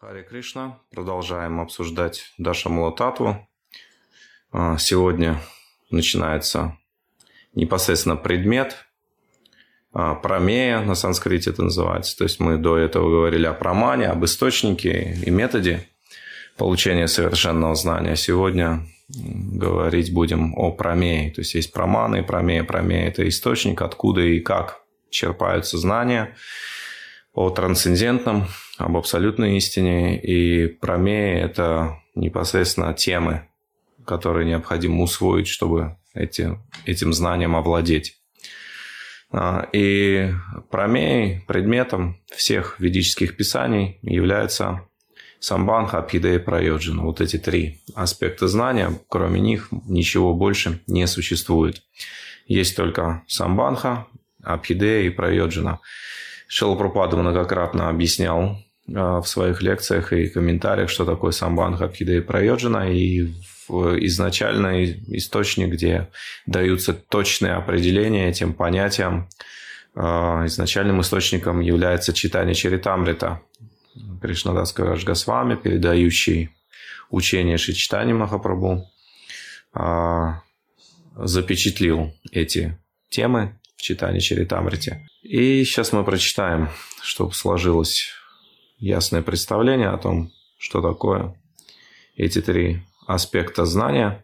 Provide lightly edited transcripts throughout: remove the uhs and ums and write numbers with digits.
Харе Кришна. Продолжаем обсуждать Дашамула-татву. Сегодня начинается непосредственно предмет, прамея на санскрите это называется. То есть мы до этого говорили о прамане, об источнике и методе получения совершенного знания. Сегодня говорить будем о прамее. То есть есть праманы и прамея. Прамея – это источник, откуда и как черпаются знания о трансцендентном, об абсолютной истине. И прамея – это непосредственно темы, которые необходимо усвоить, чтобы этим знанием овладеть. И прамеей, предметом всех ведических писаний является самбандха, абхидея, прайоджана. Вот эти три аспекта знания, кроме них ничего больше не существует. Есть только самбандха, абхидея и прайоджана. Шрила Прабхупада многократно объяснял в своих лекциях и комментариях, что такое самбандха, абхидея, прайоджана, и изначальный источник, где даются точные определения этим понятиям, изначальным источником является Чайтанья Чаритамрита. Кришнадас Кавирадж Госвами, передающий учение Шри Чайтаньи Махапрабху, запечатлил эти темы в Чайтанье Чаритамрите. И сейчас мы прочитаем, чтобы сложилось ясное представление о том, что такое эти три аспекта знания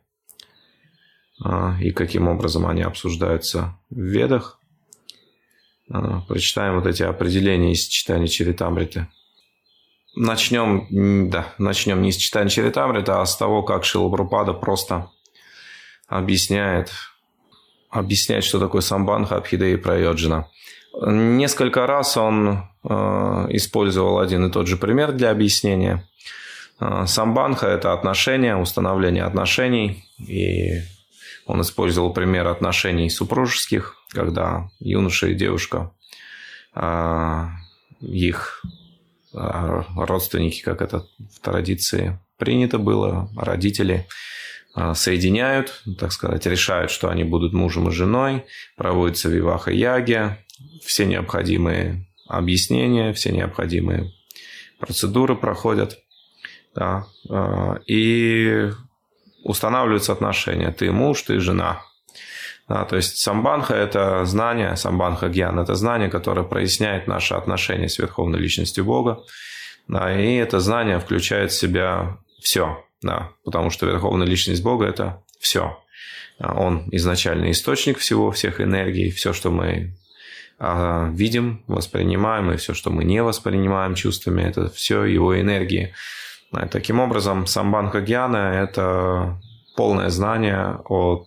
и каким образом они обсуждаются в Ведах. Прочитаем вот эти определения из Чайтаньи Чаритамриты. Начнем не с Чайтаньи Чаритамриты, а с того, как Шрила Прабхупада просто объясняет, что такое самбандха, абхидея и прайоджана. Несколько раз он использовал один и тот же пример для объяснения. Самбандха – это отношения, установление отношений. И он использовал пример отношений супружеских, когда юноша и девушка, их родственники, как это в традиции принято было, родители соединяют, так сказать, решают, что они будут мужем и женой, проводится виваха-яги, все необходимые объяснения, все необходимые процедуры проходят, да, и устанавливаются отношения. Ты муж, ты жена. Да, то есть самбандха – это знание, самбандха-гьян – это знание, которое проясняет наши отношения с Верховной Личностью Бога. Да, и это знание включает в себя все, да, потому что Верховная Личность Бога – это все. Он изначальный источник всех энергий, все, что мы видим, воспринимаем, и все, что мы не воспринимаем чувствами, это все его энергии. Таким образом, самбандха-гьяна – это полное знание о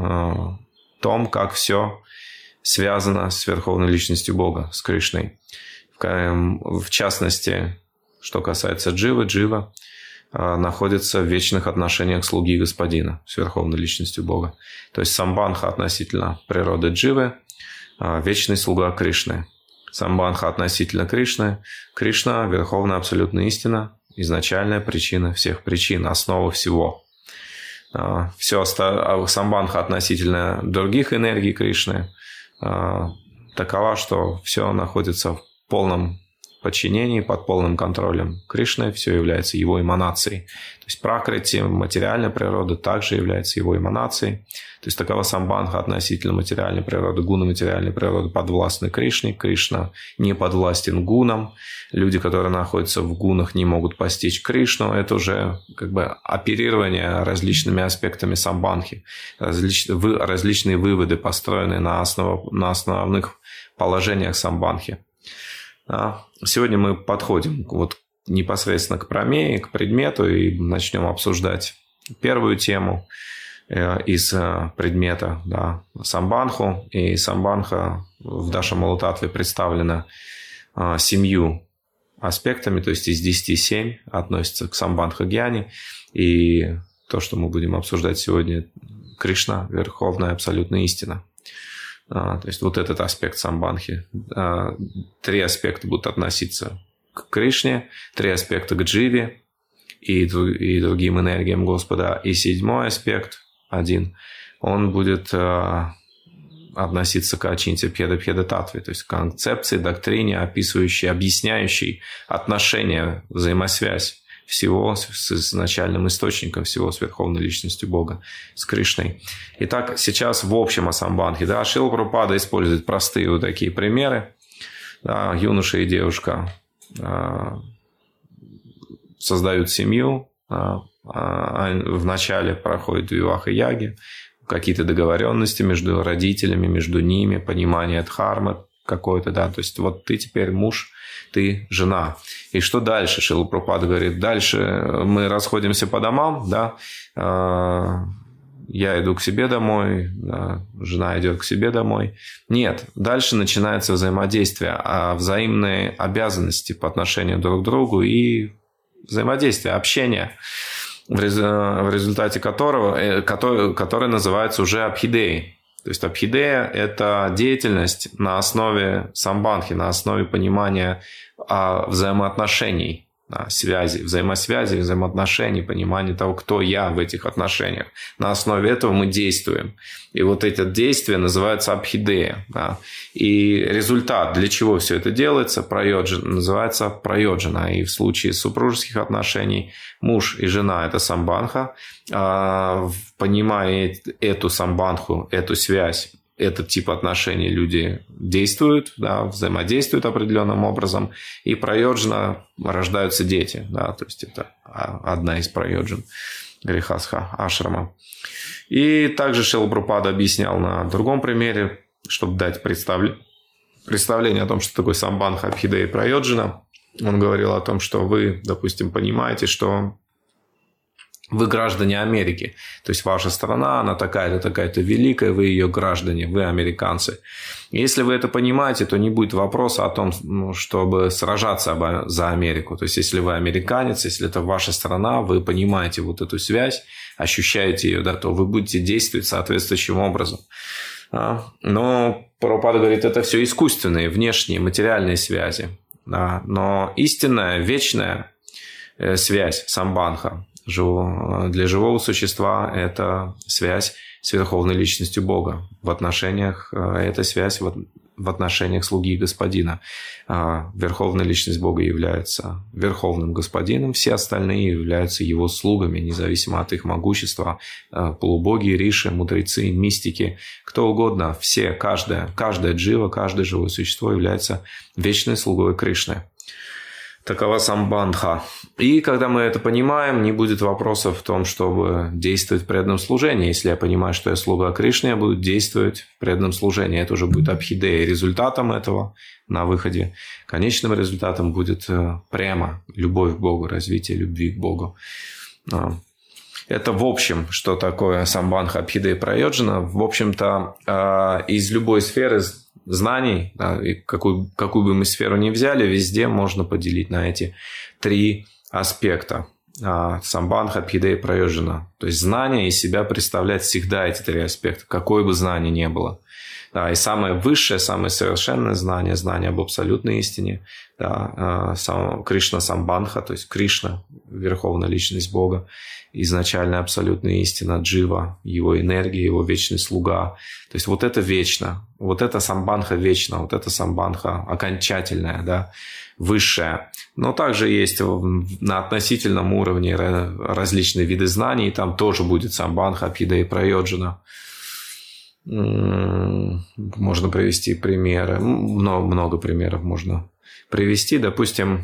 том, как все связано с Верховной Личностью Бога, с Кришной. В частности, что касается дживы, джива находится в вечных отношениях слуги Господина с Верховной Личностью Бога. То есть самбандха относительно природы дживы, вечный слуга Кришны. Самбандха относительно Кришны. Кришна – Верховная Абсолютная Истина, изначальная причина всех причин, основа всего. Все самбандха относительно других энергий Кришны такова, что все находится в полном подчинении, под полным контролем Кришны, все является его эманацией. То есть пракрити, материальная природа, также является его эманацией. То есть такова самбандха относительно материальной природы, гуна материальной природы подвластны Кришне. Кришна не подвластен гунам. Люди, которые находятся в гунах, не могут постичь Кришну. Это уже как бы оперирование различными аспектами самбандхи. Различные выводы, построенные на основных положениях самбандхи. Сегодня мы подходим вот непосредственно к прамее, к предмету и начнем обсуждать первую тему из предмета, да, самбандху. И самбандха в Дашамула-татве представлена 7 аспектами, то есть из 10 7 относится к самбандха-гьяне. И то, что мы будем обсуждать сегодня, Кришна, Верховная Абсолютная Истина. То есть вот этот аспект самбандхи. 3 аспекта будут относиться к Кришне, 3 аспекта к дживе и другим энергиям Господа. И 7-й аспект, один, он будет относиться к ачинте пхеда татве, то есть к концепции, доктрине, описывающей, объясняющей отношения, взаимосвязь всего с изначальным источником, всего с Верховной Личностью Бога, с Кришной. Итак, сейчас в общем о самбандхе. Да, Шрила Прабхупада использует простые вот такие примеры. Да, юноша и девушка создают семью, вначале проходит виваха-яги, какие-то договоренности между родителями, между ними, понимание дхармы какое-то, да, то есть вот ты теперь муж, ты жена. И что дальше? Шрила Прабхупада говорит, дальше мы расходимся по домам, да, я иду к себе домой, да, жена идет к себе домой. Нет, дальше начинается взаимодействие, взаимные обязанности по отношению друг к другу и взаимодействие, общение, в результате которого, который называется уже абхидеей. То есть абхидея – это деятельность на основе самбандхи, на основе понимания взаимоотношений, связи, взаимосвязи, взаимоотношений, понимания того, кто я в этих отношениях. На основе этого мы действуем. И вот это действие называется абхидея. Да. И результат, для чего все это делается, называется прайоджана. И в случае супружеских отношений муж и жена – это самбандха. Понимая эту самбандху, эту связь, этот тип отношений люди действуют, да, взаимодействуют определенным образом, и прайоджана рождаются дети. Да, то есть это одна из прайоджан грехастха ашрама. И также Шрила Прабхупада объяснял на другом примере, чтобы дать представление о том, что такое самбандха, абхидея и прайоджана. Он говорил о том, что вы, допустим, понимаете, что вы граждане Америки. То есть ваша страна, она такая-то, такая-то великая, вы ее граждане, вы американцы. Если вы это понимаете, то не будет вопроса о том, чтобы сражаться за Америку. То есть если вы американец, если это ваша страна, вы понимаете вот эту связь, ощущаете ее, да, то вы будете действовать соответствующим образом. Но Прабхупада говорит, это все искусственные, внешние, материальные связи. Да. Но истинная, вечная связь, самбандха, для живого существа это связь с Верховной Личностью Бога. В отношениях, эта связь в отношениях слуги и господина. Верховная Личность Бога является Верховным Господином, все остальные являются Его слугами, независимо от их могущества. Полубоги, риши, мудрецы, мистики, кто угодно, все, каждая джива, каждое живое существо является вечной слугой Кришны. Такова самбандха. И когда мы это понимаем, не будет вопросов в том, чтобы действовать в преданном служении. Если я понимаю, что я слуга Кришны, я буду действовать в преданном служении. Это уже будет абхидея. Результатом этого на выходе, конечным результатом будет прямо любовь к Богу, развитие любви к Богу. Это в общем, что такое самбандха, абхидея, прайоджана. В общем-то, из любой сферы знаний, да, и какую бы мы сферу ни взяли, везде можно поделить на эти три аспекта. Самбандха, абхидея, прайоджана. То есть знание из себя представляет всегда эти три аспекта, какое бы знание ни было. Да, и самое высшее, самое совершенное знание, знание об абсолютной истине, да, Кришна Самбандха, то есть Кришна, Верховная Личность Бога, изначальная абсолютная истина, джива, его энергия, его вечный слуга. То есть вот это вечно, вот это самбандха вечна, вот это самбандха окончательная, да, высшая. Но также есть на относительном уровне различные виды знаний, и там тоже будет самбандха, абхидея, прайоджана. Можно привести примеры, много примеров можно привести. Допустим,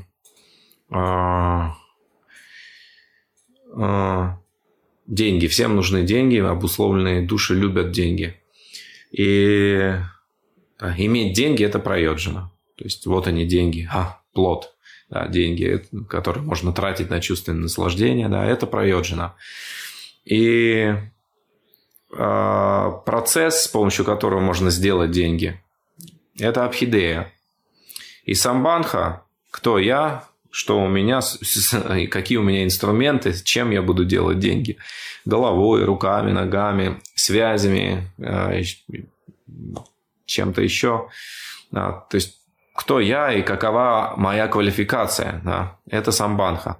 деньги. Всем нужны деньги, обусловленные души любят деньги. И иметь деньги – это прайоджана. То есть вот они деньги, плод. Да, деньги, которые можно тратить на чувственное наслаждение, да, это прайоджана. И процесс, с помощью которого можно сделать деньги, это абхидея. И самбандха, кто я, что у меня, и какие у меня инструменты, чем я буду делать деньги. Головой, руками, ногами, связями, чем-то еще. То есть, кто я и какова моя квалификация. Да? Это самбандха.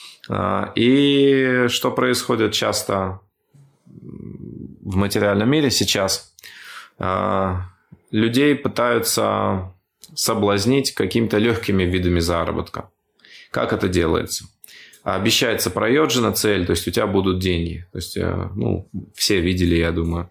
И что происходит часто в материальном мире сейчас, людей пытаются соблазнить какими-то легкими видами заработка. Как это делается? Обещается прайоджана цель, то есть у тебя будут деньги. То есть, ну, все видели, я думаю,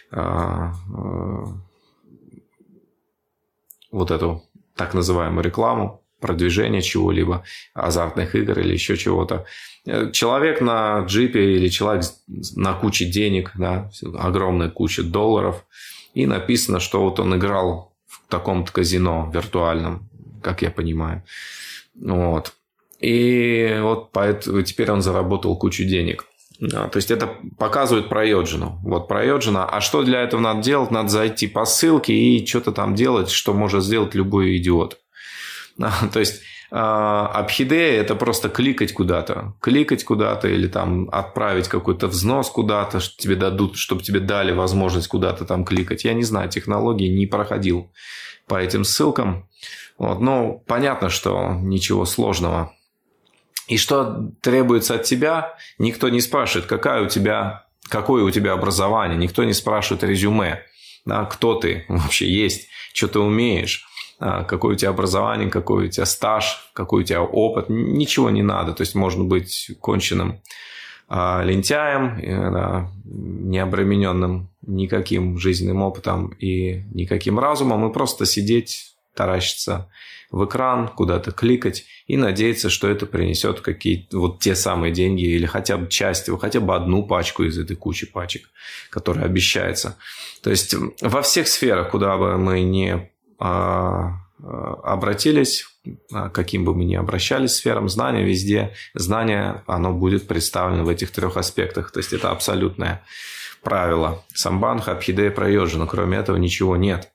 вот эту так называемую рекламу, продвижение чего-либо, азартных игр или еще чего-то. Человек на джипе или человек на куче денег, да, огромная куча долларов, и написано, что вот он играл в таком-то казино виртуальном, как я понимаю. Вот. И вот поэтому теперь он заработал кучу денег. То есть это показывает прайоджану. Вот прайоджана. А что для этого надо делать? Надо зайти по ссылке и что-то там делать, что может сделать любой идиот. То есть абхидея – это просто кликать куда-то или там отправить какой-то взнос куда-то, что тебе дадут, чтобы тебе дали возможность куда-то там кликать. Я не знаю, технологии не проходил по этим ссылкам. Вот. Но понятно, что ничего сложного. И что требуется от тебя, никто не спрашивает, какое у тебя образование, никто не спрашивает резюме, да, кто ты вообще есть, что ты умеешь, какое у тебя образование, какой у тебя стаж, какой у тебя опыт, ничего не надо. То есть можно быть конченным лентяем, да, не обремененным никаким жизненным опытом и никаким разумом, и просто сидеть, таращиться в экран, куда-то кликать и надеяться, что это принесет какие-то вот те самые деньги или хотя бы часть, хотя бы одну пачку из этой кучи пачек, которая обещается. То есть во всех сферах, куда бы мы ни обратились, каким бы мы ни обращались сферам знания, везде знание, оно будет представлено в этих трех аспектах. То есть это абсолютное правило. Самбанха, абхидея, прайоджана. Кроме этого ничего нет.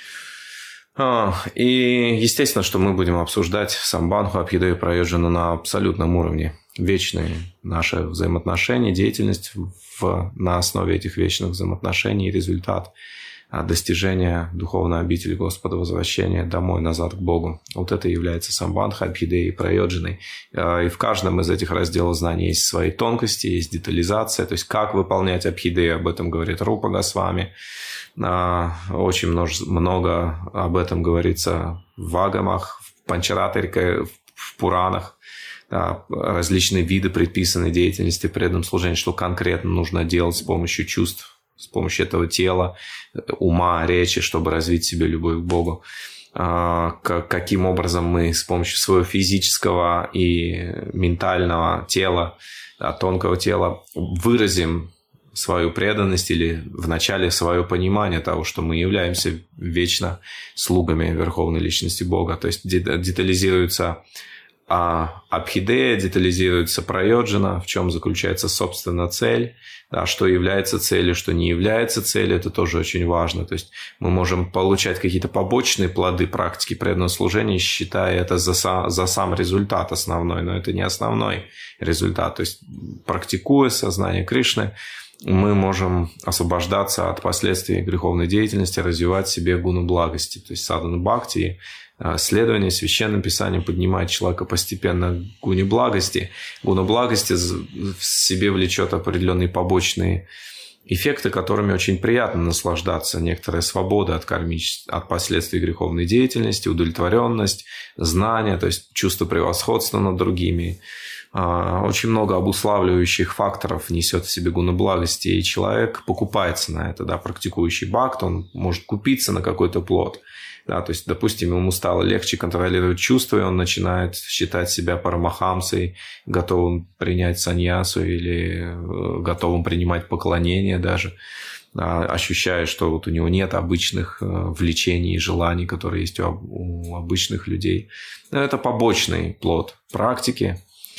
И естественно, что мы будем обсуждать самбанху, абхидею, прайоджану на абсолютном уровне. Вечные наши взаимоотношения, деятельность на основе этих вечных взаимоотношений и результат достижения духовной обители Господа, возвращения домой, назад к Богу. Вот это является самбанха, абхидеей и прайоджаной. И в каждом из этих разделов знаний есть свои тонкости, есть детализация, то есть как выполнять абхидею, об этом говорит Рупа Госвами. Очень много об этом говорится в Агамах, в Панчаратрике, в Пуранах. Различные виды предписанной деятельности, преданном служении, что конкретно нужно делать с помощью чувств, с помощью этого тела, ума, речи, чтобы развить в себе любовь к Богу. Каким образом мы с помощью своего физического и ментального тела, тонкого тела выразим свою преданность или вначале свое понимание того, что мы являемся вечно слугами Верховной Личности Бога. То есть детализируется абхидея, детализируется прайоджана, в чем заключается собственно цель, да, что является целью, что не является целью, это тоже очень важно. То есть мы можем получать какие-то побочные плоды практики преданного служения, считая это за сам результат основной, но это не основной результат. То есть практикуя сознание Кришны, мы можем освобождаться от последствий греховной деятельности, развивать в себе гуну благости, то есть садхана бхакти. Следование священным писанием поднимает человека постепенно к гуне благости. Гуна благости в себе влечет определенные побочные эффекты, которыми очень приятно наслаждаться. Некоторая свобода от последствий греховной деятельности, удовлетворенность, знание, то есть чувство превосходства над другими. Очень много обуславливающих факторов несет в себе гуна благости, и человек покупается на это, да, практикующий бхакт, он может купиться на какой-то плод. Да, то есть, допустим, ему стало легче контролировать чувства, и он начинает считать себя парамахамсой, готовым принять саньясу или готовым принимать поклонение даже, ощущая, что вот у него нет обычных влечений и желаний, которые есть у обычных людей. Это побочный плод практики,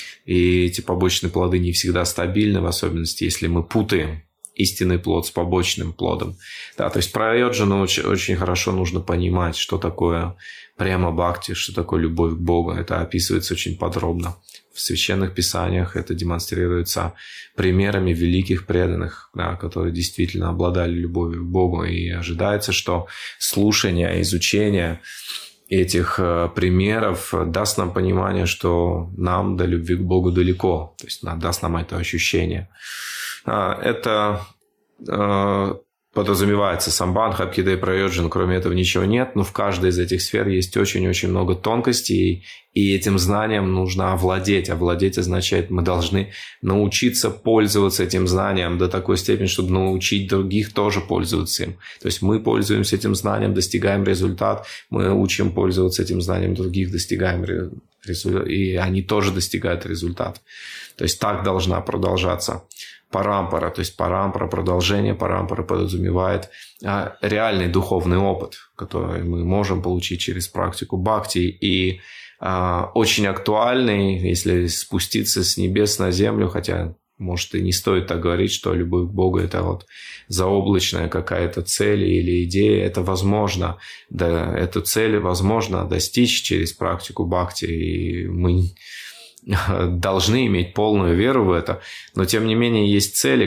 и эти побочные плоды не всегда стабильны, в особенности, если мы путаем истинный плод с побочным плодом. Да, то есть про йоджану очень хорошо нужно понимать, что такое прямо бхакти, что такое любовь к Богу. Это описывается очень подробно. В священных писаниях это демонстрируется примерами великих преданных, да, которые действительно обладали любовью к Богу. И ожидается, что слушание, изучение этих примеров даст нам понимание, что нам до любви к Богу далеко. То есть даст нам это ощущение. Это подразумевается самбанха, абхидая прайоджан, кроме этого ничего нет, но в каждой из этих сфер есть очень-очень много тонкостей, и этим знанием нужно овладеть. Овладеть означает, мы должны научиться пользоваться этим знанием до такой степени, чтобы научить других тоже пользоваться им. То есть мы пользуемся этим знанием, достигаем результат, мы учим пользоваться этим знанием других, достигаем результат, и они тоже достигают результата. То есть так должна продолжаться парампара, то есть парампара, продолжение парампары подразумевает реальный духовный опыт, который мы можем получить через практику бхакти, и очень актуальный, если спуститься с небес на землю, хотя, может, и не стоит так говорить, что любовь к Богу – это вот заоблачная какая-то цель или идея, это возможно, да, эту цель возможно достичь через практику бхакти, и мы должны иметь полную веру в это, но тем не менее есть цели,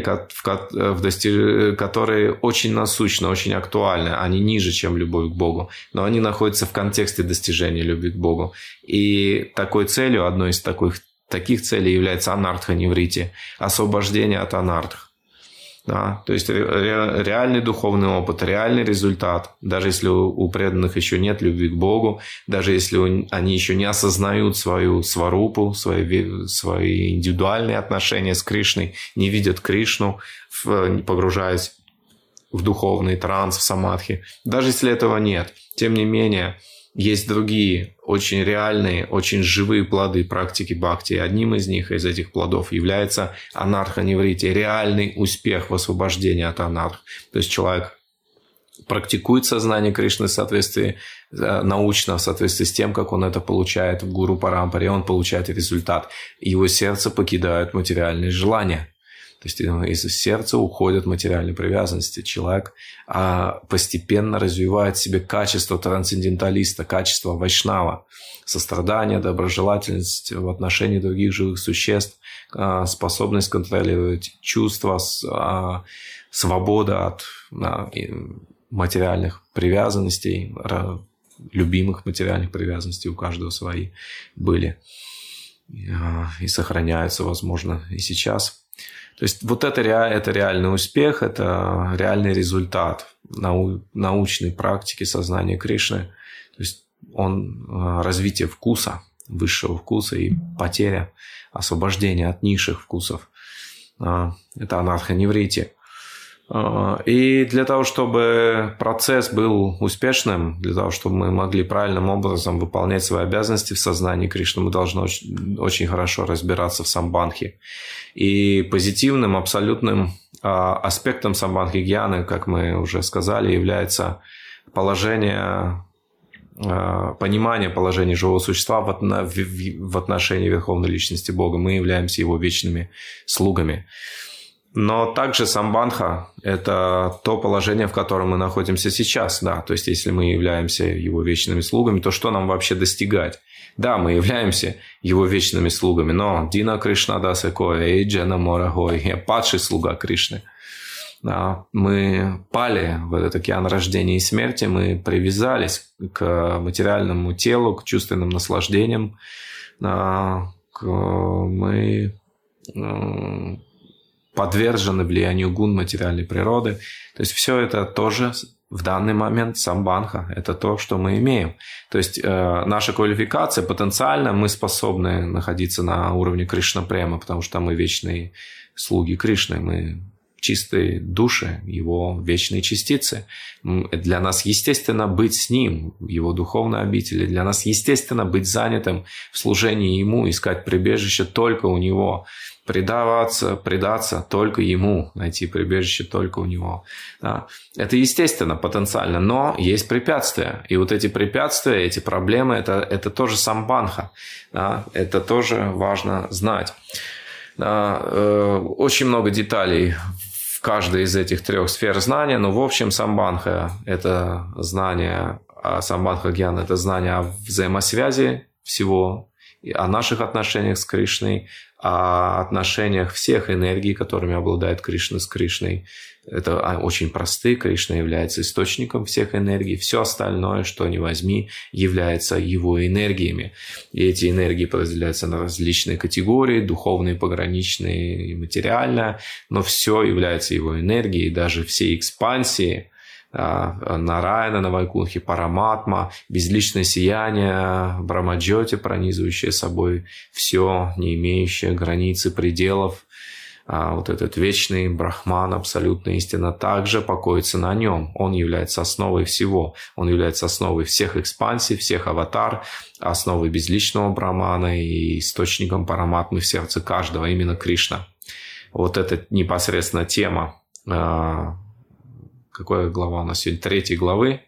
которые очень насущны, очень актуальны, они ниже, чем любовь к Богу, но они находятся в контексте достижения любви к Богу. И такой целью, одной из таких целей является анартха-ниврити, освобождение от анартх. Да, то есть реальный духовный опыт, реальный результат, даже если у преданных еще нет любви к Богу, даже если они еще не осознают свою сварупу, свои индивидуальные отношения с Кришной, не видят Кришну, погружаясь в духовный транс, в самадхи. Даже если этого нет, тем не менее, есть другие очень реальные, очень живые плоды практики бхакти. И одним из них, из этих плодов, является анарха-ниврити, реальный успех в освобождении от анарх. То есть человек практикует сознание Кришны в соответствии, научно, в соответствии с тем, как он это получает в гуру парампаре, он получает результат. Его сердце покидают материальные желания. То есть из сердца уходят материальные привязанности. Человек постепенно развивает в себе качество трансценденталиста, качество вайшнава, сострадание, доброжелательность в отношении других живых существ, способность контролировать чувства, свобода от материальных привязанностей, любимых материальных привязанностей, у каждого свои были и сохраняются, возможно, и сейчас. То есть вот это реальный успех, это реальный результат научной практики сознания Кришны. То есть развитие вкуса, высшего вкуса и потеря, освобождение от низших вкусов. Это анарха-ниврити. И для того, чтобы процесс был успешным, для того, чтобы мы могли правильным образом выполнять свои обязанности в сознании Кришны, мы должны очень хорошо разбираться в самбанхе. И позитивным, абсолютным аспектом самбанхи-гьяны, как мы уже сказали, является понимание положения живого существа в отношении Верховной Личности Бога. Мы являемся Его вечными слугами. Но также самбанха – это то положение, в котором мы находимся сейчас. Да, то есть, если мы являемся Его вечными слугами, то что нам вообще достигать? Да, мы являемся Его вечными слугами, но Дина Кришна Дасакоя, Эйджана Морагой, я падший слуга Кришны. Да, мы пали в этот океан рождения и смерти, мы привязались к материальному телу, к чувственным наслаждениям, мы подвержены влиянию гун материальной природы. То есть все это тоже в данный момент самбанха. Это то, что мы имеем. То есть наша квалификация, потенциально мы способны находиться на уровне Кришна-према, потому что мы вечные слуги Кришны, мы чистые души, Его вечные частицы. Для нас естественно быть с Ним, в Его духовной обители. Для нас естественно быть занятым в служении Ему, искать прибежище только у Него, предаться только Ему, найти прибежище только у Него. Да. Это естественно, потенциально, но есть препятствия. И вот эти препятствия, эти проблемы, это тоже самбанха. Да. Это тоже важно знать. Да. Очень много деталей в каждой из этих трех сфер знания, но в общем самбанха – это знание, самбанха-гьяна – это знание о взаимосвязи всего о наших отношениях с Кришной, о отношениях всех энергий, которыми обладает Кришна с Кришной. Это очень простые. Кришна является источником всех энергий. Все остальное, что ни возьми, является его энергиями. И эти энергии подразделяются на различные категории, духовные, пограничные и материальные, но все является его энергией, даже все экспансии, Нараяна на Вайкунхе, Параматма, безличное сияние, Брамаджоти, пронизывающее собой все, не имеющее границы, пределов. Вот этот вечный Брахман, абсолютная истина, также покоится на нем. Он является основой всего. Он является основой всех экспансий, всех аватар, основой безличного Брахмана и источником Параматмы в сердце каждого, именно Кришна. Вот это непосредственно тема. Какая глава у нас сегодня? Третьей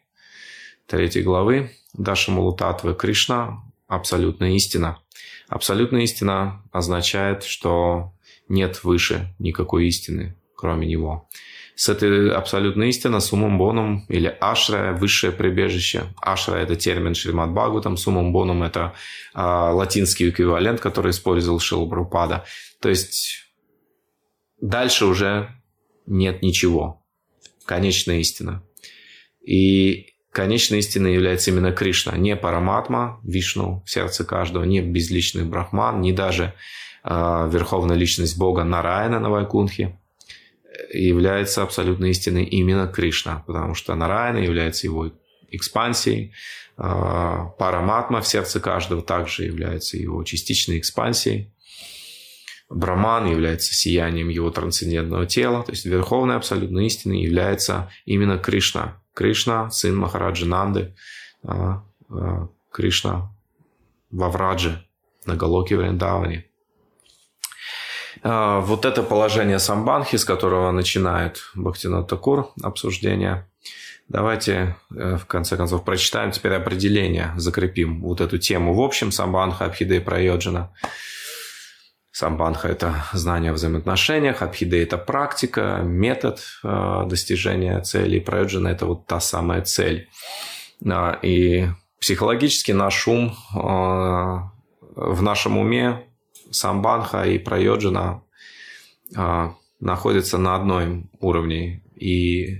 главы Дашамулу-татвы Кришна – абсолютная истина. Абсолютная истина означает, что нет выше никакой истины, кроме него. С этой абсолютной истиной суммум бонум или ашрая – высшее прибежище. Ашра – это термин Шримад Бхагаватам, суммум бонум – это латинский эквивалент, который использовал Шрила Прабхупада. То есть дальше уже нет ничего. Конечная истина. И конечной истиной является именно Кришна. Не Параматма, Вишну в сердце каждого, не безличный Брахман, не даже верховная личность Бога Нараяна на Вайкунхе. Является абсолютной истиной именно Кришна, потому что Нараяна является его экспансией. Параматма в сердце каждого также является его частичной экспансией. Браман является сиянием его трансцендентного тела, то есть верховной абсолютной истиной является именно Кришна. Кришна, сын Махараджи Нанды, Кришна во Врадже, на Галоке Вриндаване. Вот это положение самбанхи, с которого начинает Бхактинат Такур обсуждение. Давайте, в конце концов, прочитаем теперь определение, закрепим вот эту тему в общем. Самбанха, Абхидея, Прайоджана. Самбанха – это знание о взаимоотношениях, Абхидея – это практика, метод достижения цели, Прайоджана – это вот та самая цель. И психологически наш ум, в нашем уме Самбанха и Прайоджана находятся на одном уровне, и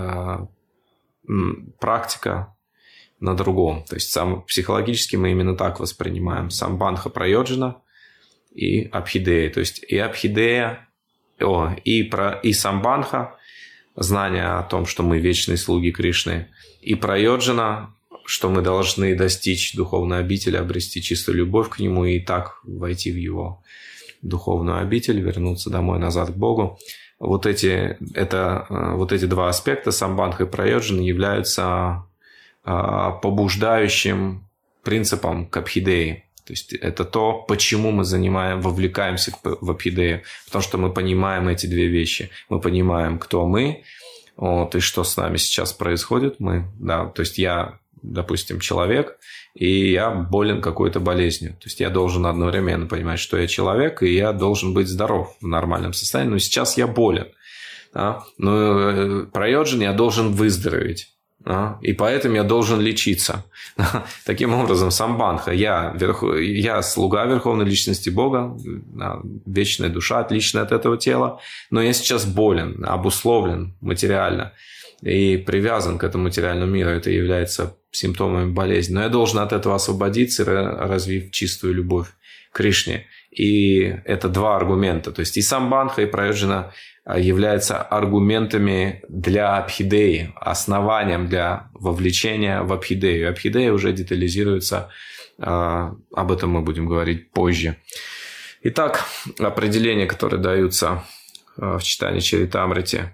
практика на другом. То есть психологически мы именно так воспринимаем Самбанха, Прайоджана и Абхидея. То есть и Абхидея, и Самбанха, знание о том, что мы вечные слуги Кришны, и Прайоджана, что мы должны достичь духовной обители, обрести чистую любовь к нему и так войти в его духовную обитель, вернуться домой назад к Богу. Вот эти два аспекта, Самбанха и Прайоджана, являются побуждающим принципом к Абхидее. То есть это то, почему мы вовлекаемся в Абхидею. Потому что мы понимаем эти две вещи. Мы понимаем, кто мы, и что с нами сейчас происходит. То есть я, допустим, человек, и я болен какой-то болезнью. То есть я должен одновременно понимать, что я человек, и я должен быть здоров в нормальном состоянии. Но сейчас я болен. Да? Но Прайоджан я должен выздороветь. И поэтому я должен лечиться. Таким образом, Самбанха, я слуга Верховной Личности Бога, вечная душа, отличная от этого тела, но я сейчас болен, обусловлен материально и привязан к этому материальному миру. Это является симптомами болезни. Но я должен от этого освободиться, развив чистую любовь к Кришне. И это два аргумента. То есть и Самбанха, и Прайоджана являются аргументами для Абхидеи, основанием для вовлечения в Абхидею. Абхидея уже детализируется, об этом мы будем говорить позже. Итак, определения, которые даются в читании Чаритамрити.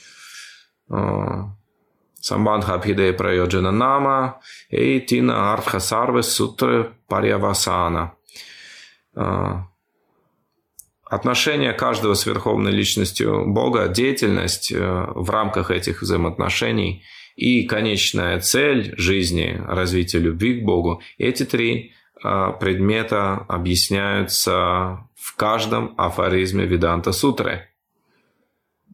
Самбанха Абхидея Прайоджана Нама Эйтина Артха Сарве Сутры Парьявасана. Отношение каждого с Верховной Личностью Бога, деятельность в рамках этих взаимоотношений и конечная цель жизни, развитие любви к Богу. Эти три предмета объясняются в каждом афоризме Веданта Сутры,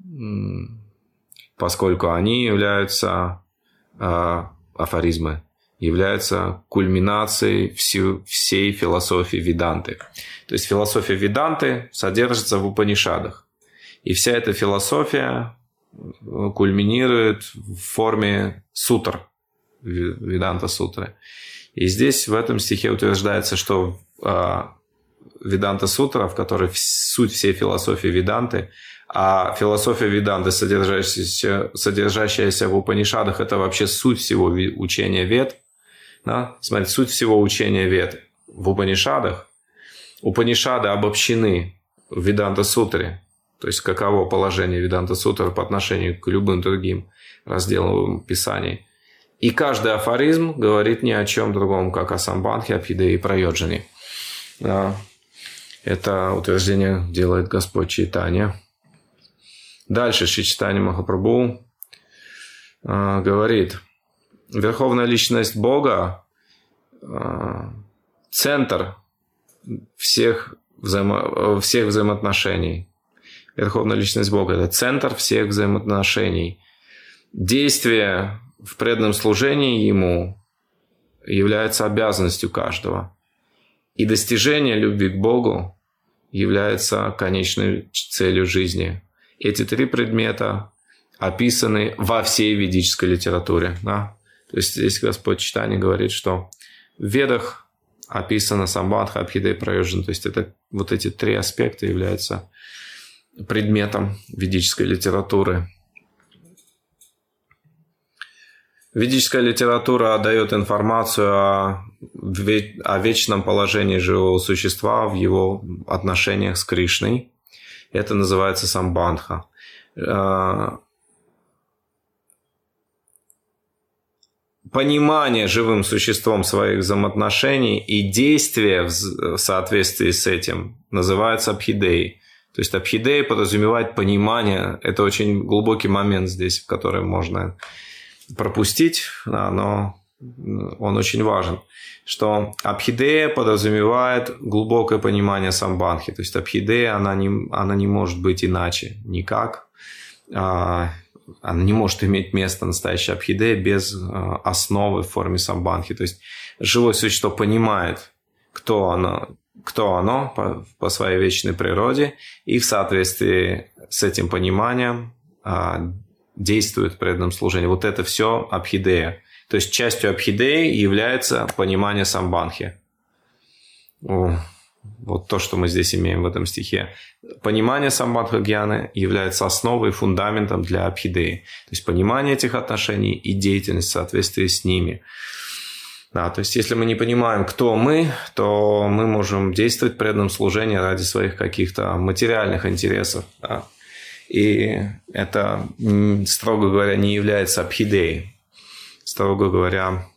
поскольку они являются афоризмы является кульминацией всей философии Веданты. То есть философия Веданты содержится в Упанишадах. И вся эта философия кульминирует в форме сутр, Веданта-сутры. И здесь в этом стихе утверждается, что Веданта-сутра, в которой суть всей философии Веданты, а философия Веданты, содержащаяся в Упанишадах, это вообще суть всего учения Вед. Да? Смотрите, суть всего учения Вед в Упанишадах. Упанишады обобщены в Веданта-сутре. То есть, каково положение Веданта-сутры по отношению к любым другим разделам Писаний. И каждый афоризм говорит ни о чем другом, как о Самбандхе, Абхидее и Прайоджане. Это утверждение делает Господь Чайтанья. Дальше Шри Чайтанья Махапрабху говорит: Верховная Личность Бога – центр всех взаимоотношений. Верховная Личность Бога – это центр всех взаимоотношений. Действие в преданном служении Ему является обязанностью каждого. И достижение любви к Богу является конечной целью жизни. Эти три предмета описаны во всей ведической литературе. Да? То есть здесь Господь Чайтанья говорит, что в Ведах описано Самбандха, Абхидея, Прайоджана. То есть это, вот эти три аспекта являются предметом ведической литературы. Ведическая литература дает информацию о вечном положении живого существа в его отношениях с Кришной. Это называется самбандха. Понимание живым существом своих взаимоотношений и действия в соответствии с этим называется абхидеей. То есть абхидея подразумевает понимание. Это очень глубокий момент здесь, в который можно пропустить, но он очень важен, что абхидея подразумевает глубокое понимание самбандхи. То есть абхидея, она не может быть иначе, никак. Она не может иметь место, настоящая абхидея, без основы в форме самбандхи. То есть живое существо понимает, кто оно по своей вечной природе, и в соответствии с этим пониманием действует в преданном служении. Вот это все абхидея. То есть частью абхидеи является понимание самбандхи. Вот то, что мы здесь имеем в этом стихе. Понимание самбандха-гьяны является основой и фундаментом для абхидеи. То есть понимание этих отношений и деятельность в соответствии с ними. Да, то есть если мы не понимаем, кто мы, то мы можем действовать в преданном служении ради своих каких-то материальных интересов. Да. И это, строго говоря, не является абхидеей. Строго говоря,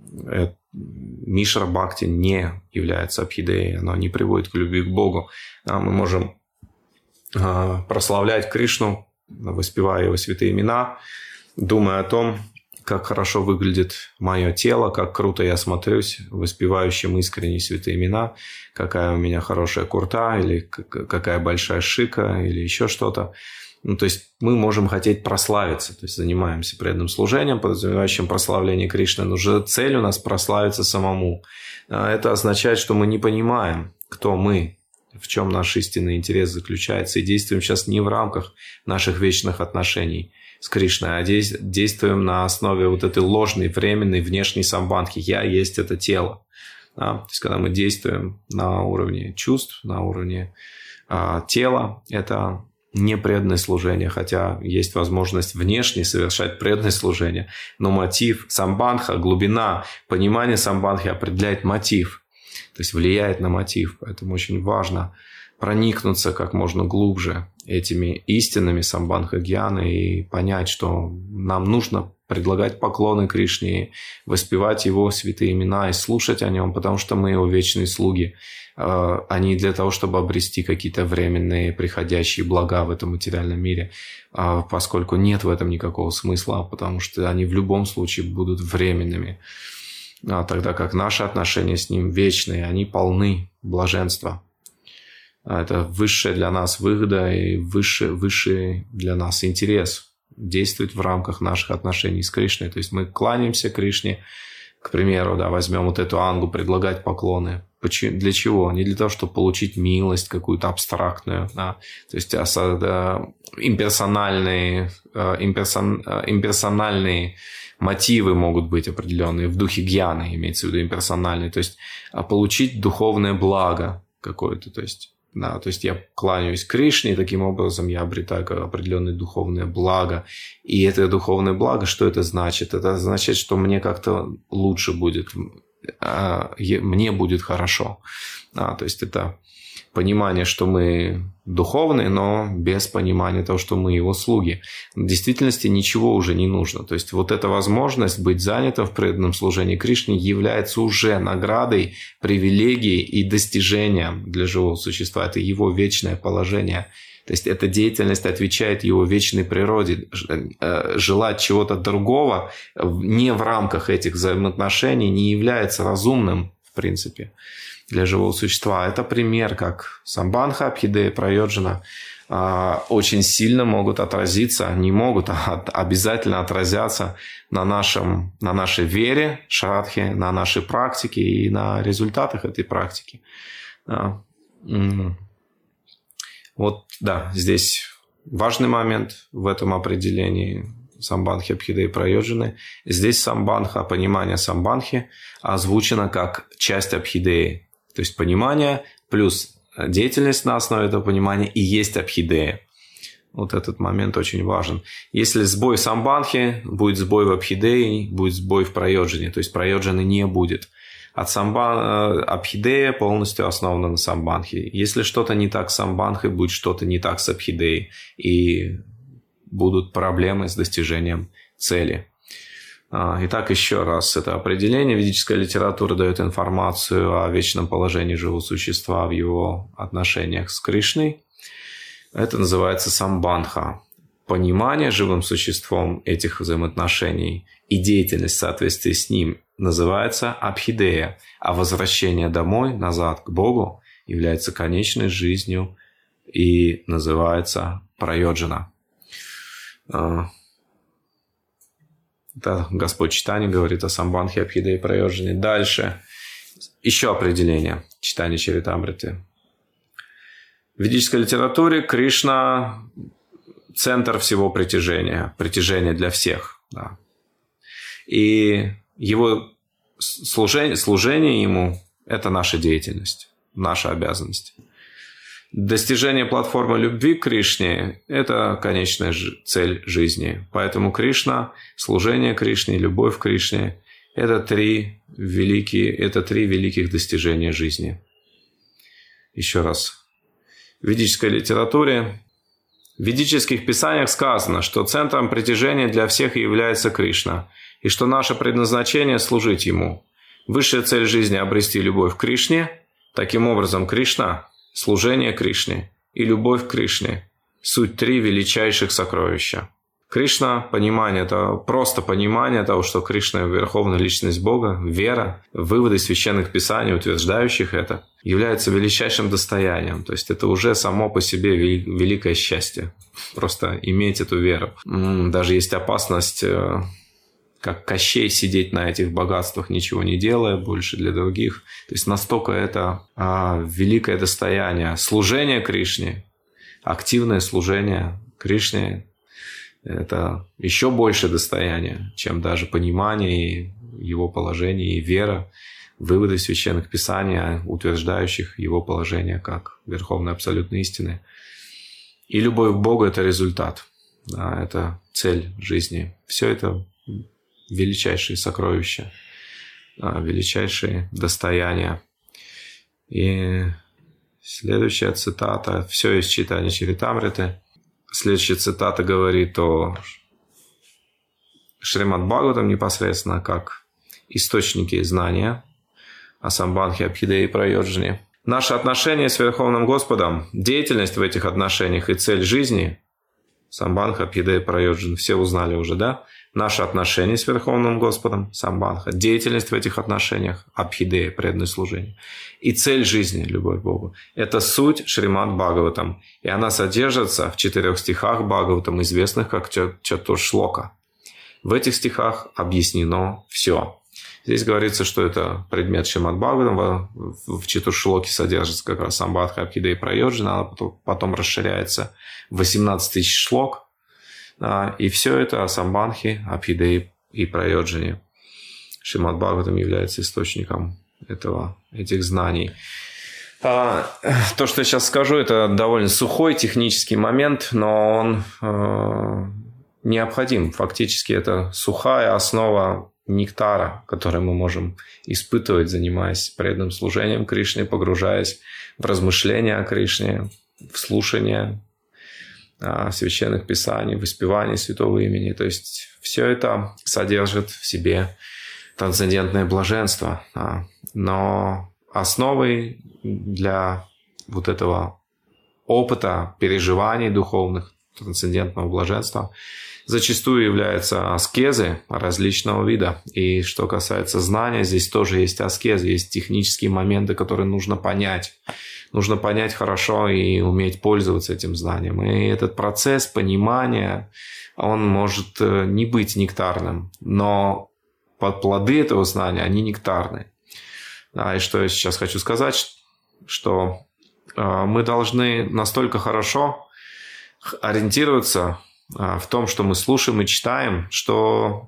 Мишра Бхакти не является абхидеей. Оно не приводит к любви к Богу. Мы можем прославлять Кришну, воспевая Его святые имена, думая о том, как хорошо выглядит мое тело, как круто я смотрюсь, воспевающим искренние святые имена, какая у меня хорошая курта, или какая большая шика, или еще что-то. То есть мы можем хотеть прославиться, то есть занимаемся преданным служением, подразумевающим прославление Кришны, но уже цель у нас прославиться самому. Это означает, что мы не понимаем, кто мы, в чем наш истинный интерес заключается, и действуем сейчас не в рамках наших вечных отношений с Кришной, а действуем на основе вот этой ложной, временной, внешней самбандхи. Я есть это тело. Да? То есть когда мы действуем на уровне чувств, на уровне тела, это не преданное служение, хотя есть возможность внешне совершать преданное служение, но мотив самбандха, глубина понимания самбандхи определяет мотив, то есть влияет на мотив, поэтому очень важно проникнуться как можно глубже этими истинами самбандха-гьяны и понять, что нам нужно предлагать поклоны Кришне, воспевать Его святые имена и слушать о Нем, потому что мы Его вечные слуги, а не для того, чтобы обрести какие-то временные приходящие блага в этом материальном мире, поскольку нет в этом никакого смысла, потому что они в любом случае будут временными, тогда как наши отношения с Ним вечные, они полны блаженства. Это высшая для нас выгода и высший для нас интерес действовать в рамках наших отношений с Кришной. То есть мы кланяемся Кришне, к примеру, да, возьмем вот эту ангу, предлагать поклоны. Для чего? Не для того, чтобы получить милость какую-то абстрактную, да? То есть имперсональные мотивы могут быть определенные, в духе гьяны, имеется в виду имперсональные, то есть получить духовное благо какое-то, то есть, да, то есть я кланяюсь Кришне, и таким образом я обретаю определенное духовное благо. И это духовное благо, что это значит? Это означает, что мне как-то лучше будет, мне будет хорошо. То есть это понимание, что мы духовные, но без понимания того, что мы его слуги. В действительности ничего уже не нужно. То есть вот эта возможность быть занятым в преданном служении Кришне является уже наградой, привилегией и достижением для живого существа. Это его вечное положение. То есть эта деятельность отвечает его вечной природе. Желать чего-то другого не в рамках этих взаимоотношений не является разумным, в принципе, для живого существа. Это пример, как самбандха, абхидея, прайоджана очень сильно могут отразиться, не могут, а обязательно отразятся на нашей вере, шрадхе, на нашей практике и на результатах этой практики. Вот, да, здесь важный момент в этом определении самбандхи, абхидеи, прайоджаны. Здесь самбандха, понимание самбандхи озвучено как часть абхидеи. То есть понимание плюс деятельность на основе этого понимания и есть абхидея. Вот этот момент очень важен. Если сбой в самбандхи, будет сбой в абхидее, будет сбой в прайоджане. То есть прайоджаны не будет. Абхидея полностью основана на самбандхе. Если что-то не так с самбандхой, будет что-то не так с абхидеей. И будут проблемы с достижением цели. Итак, еще раз, это определение. Ведическая литература дает информацию о вечном положении живого существа в его отношениях с Кришной. Это называется самбандха. Понимание живым существом этих взаимоотношений и деятельность в соответствии с ним называется абхидея, а возвращение домой, назад к Богу, является конечной жизнью и называется прайоджана. Это Господь Чайтанья говорит о самбандхе, абхидее, прайоджане. Дальше еще определение Чайтанья Чаритамрити. В ведической литературе Кришна – центр всего притяжения, притяжение для всех. Да. И его служение ему – это наша деятельность, наша обязанность. Достижение платформы любви к Кришне – это конечная цель жизни. Поэтому Кришна, служение Кришне, любовь к Кришне – это три великих достижения жизни. Еще раз. В ведической литературе, в ведических писаниях сказано, что центром притяжения для всех является Кришна, и что наше предназначение – служить Ему. Высшая цель жизни – обрести любовь к Кришне. Таким образом, Кришна – служение Кришне и любовь к Кришне – суть три величайших сокровища. Кришна – понимание, это просто понимание того, что Кришна – верховная личность Бога, вера, выводы священных писаний, утверждающих это, является величайшим достоянием. То есть это уже само по себе великое счастье. Просто иметь эту веру. Даже есть опасность, как Кощей, сидеть на этих богатствах, ничего не делая, больше для других. То есть настолько это великое достояние. Служение Кришне, активное служение Кришне – это еще больше достояние, чем даже понимание его положения и вера, выводы священных писаний, утверждающих его положение как верховной абсолютной истины. И любовь к Богу – это результат, да, это цель жизни. Все это величайшие сокровища, величайшие достояния. И следующая цитата, все из Чайтанья Чаритамриты. Следующая цитата говорит о Шримад Бхагаватам непосредственно как источнике знания о самбандхе, абхидее и прайоджане. Наши отношения с Верховным Господом, деятельность в этих отношениях и цель жизни самбандха, абхидея, прайоджана. Все узнали уже, да? Наши отношения с Верховным Господом, самбандха, деятельность в этих отношениях, абхидея, преданное служение. И цель жизни, любовь к Богу. Это суть Шримад Бхагаватам. И она содержится в 4 стихах Бхагаватам, известных как Чатуршлока. В этих стихах объяснено все. Здесь говорится, что это предмет Шримад Бхагаватам. В Чатуршлоке содержится как раз Самбандха, Абхидея и Прайоджана. Она потом расширяется в 18 тысяч шлок. И все это о Самбандхе, Абхидее и Прайоджане. Шримад Бхагаватам является источником этих знаний. То, что я сейчас скажу, это довольно сухой технический момент, но он необходим. Фактически это сухая основа нектара, который мы можем испытывать, занимаясь преданным служением Кришне, погружаясь в размышления о Кришне, в слушание священных писаний, в воспевание святого имени. То есть все это содержит в себе трансцендентное блаженство. Но основой для вот этого опыта переживаний духовных, трансцендентного блаженства, зачастую являются аскезы различного вида. И что касается знания, здесь тоже есть аскезы, есть технические моменты, которые нужно понять. Нужно понять хорошо и уметь пользоваться этим знанием. И этот процесс понимания, он может не быть нектарным, но плоды этого знания, они нектарны. И что я сейчас хочу сказать, что мы должны настолько хорошо ориентироваться в том, что мы слушаем и читаем, чтобы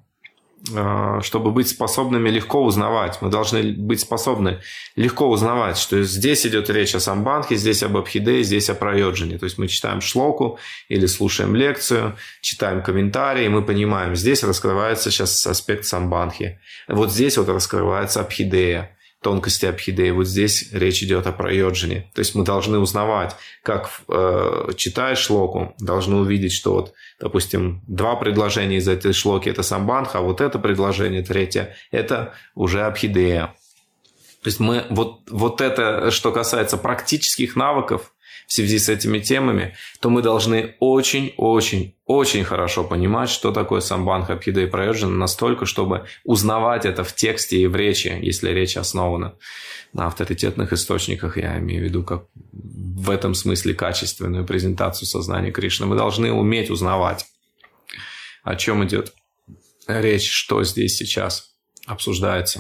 быть способными легко узнавать. Мы должны быть способны легко узнавать, что здесь идет речь о Самбандхе, здесь об Абхидее, здесь о Прайоджане. То есть мы читаем шлоку или слушаем лекцию, читаем комментарии, и мы понимаем, здесь раскрывается сейчас аспект Самбандхи. Вот здесь вот раскрывается Абхидея, тонкости Абхидеи. Вот здесь речь идет о Прайоджане. То есть мы должны узнавать, как читая шлоку, должны увидеть, что вот, допустим, 2 предложения из этой шлоки – это Самбандха, а вот это предложение, 3 – это уже Абхидея. То есть мы вот это, что касается практических навыков в связи с этими темами, то мы должны очень хорошо понимать, что такое Самбандха, Абхидея и Прайоджана, настолько, чтобы узнавать это в тексте и в речи, если речь основана на авторитетных источниках. Я имею в виду как в этом смысле качественную презентацию сознания Кришны. Мы должны уметь узнавать, о чем идет речь, что здесь сейчас обсуждается.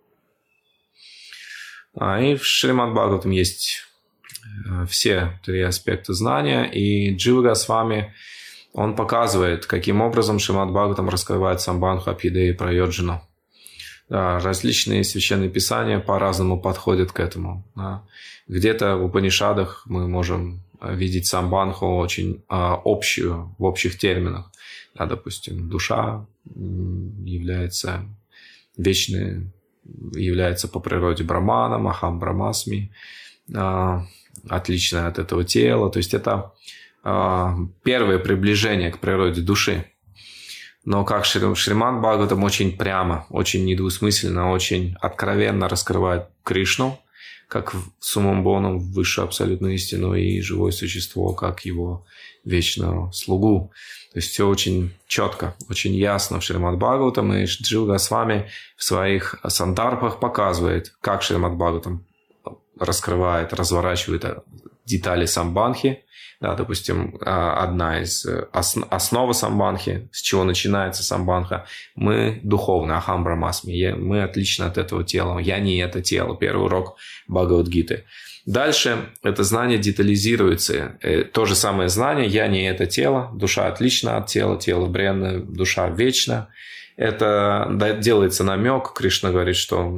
И в Шримад Бхагаватам есть все 3 аспекта знания, и Джива Госвами, он показывает, каким образом Шримад Бхагаватам раскрывает Самбандху, Абхидею и Прайоджану. Да, различные священные писания по-разному подходят к этому. Да. Где-то в Упанишадах мы можем видеть Самбандху очень общую, в общих терминах. Да, допустим, душа является вечной, является по природе браманом, ахам брамасми, отличное от этого тела. То есть это первое приближение к природе души. Но как Шримад Бхагаватам очень прямо, очень недвусмысленно, очень откровенно раскрывает Кришну, как суммум боном, высшую абсолютную истину, и живое существо, как его вечного слугу. То есть все очень четко, очень ясно в Шримад Бхагаватам, и Джива Госвами в своих сандарбхах показывает, как Шримад Бхагаватам раскрывает, разворачивает детали Самбандхи. Да, допустим, одна из основ Самбандхи, с чего начинается Самбандха. Мы духовны, ахам брамасми, мы отличны от этого тела. Я не это тело. Первый урок Бхагавад-гиты. Дальше это знание детализируется. То же самое знание, я не это тело, душа отлична от тела, тело бренное, душа вечна. Это делается намек. Кришна говорит, что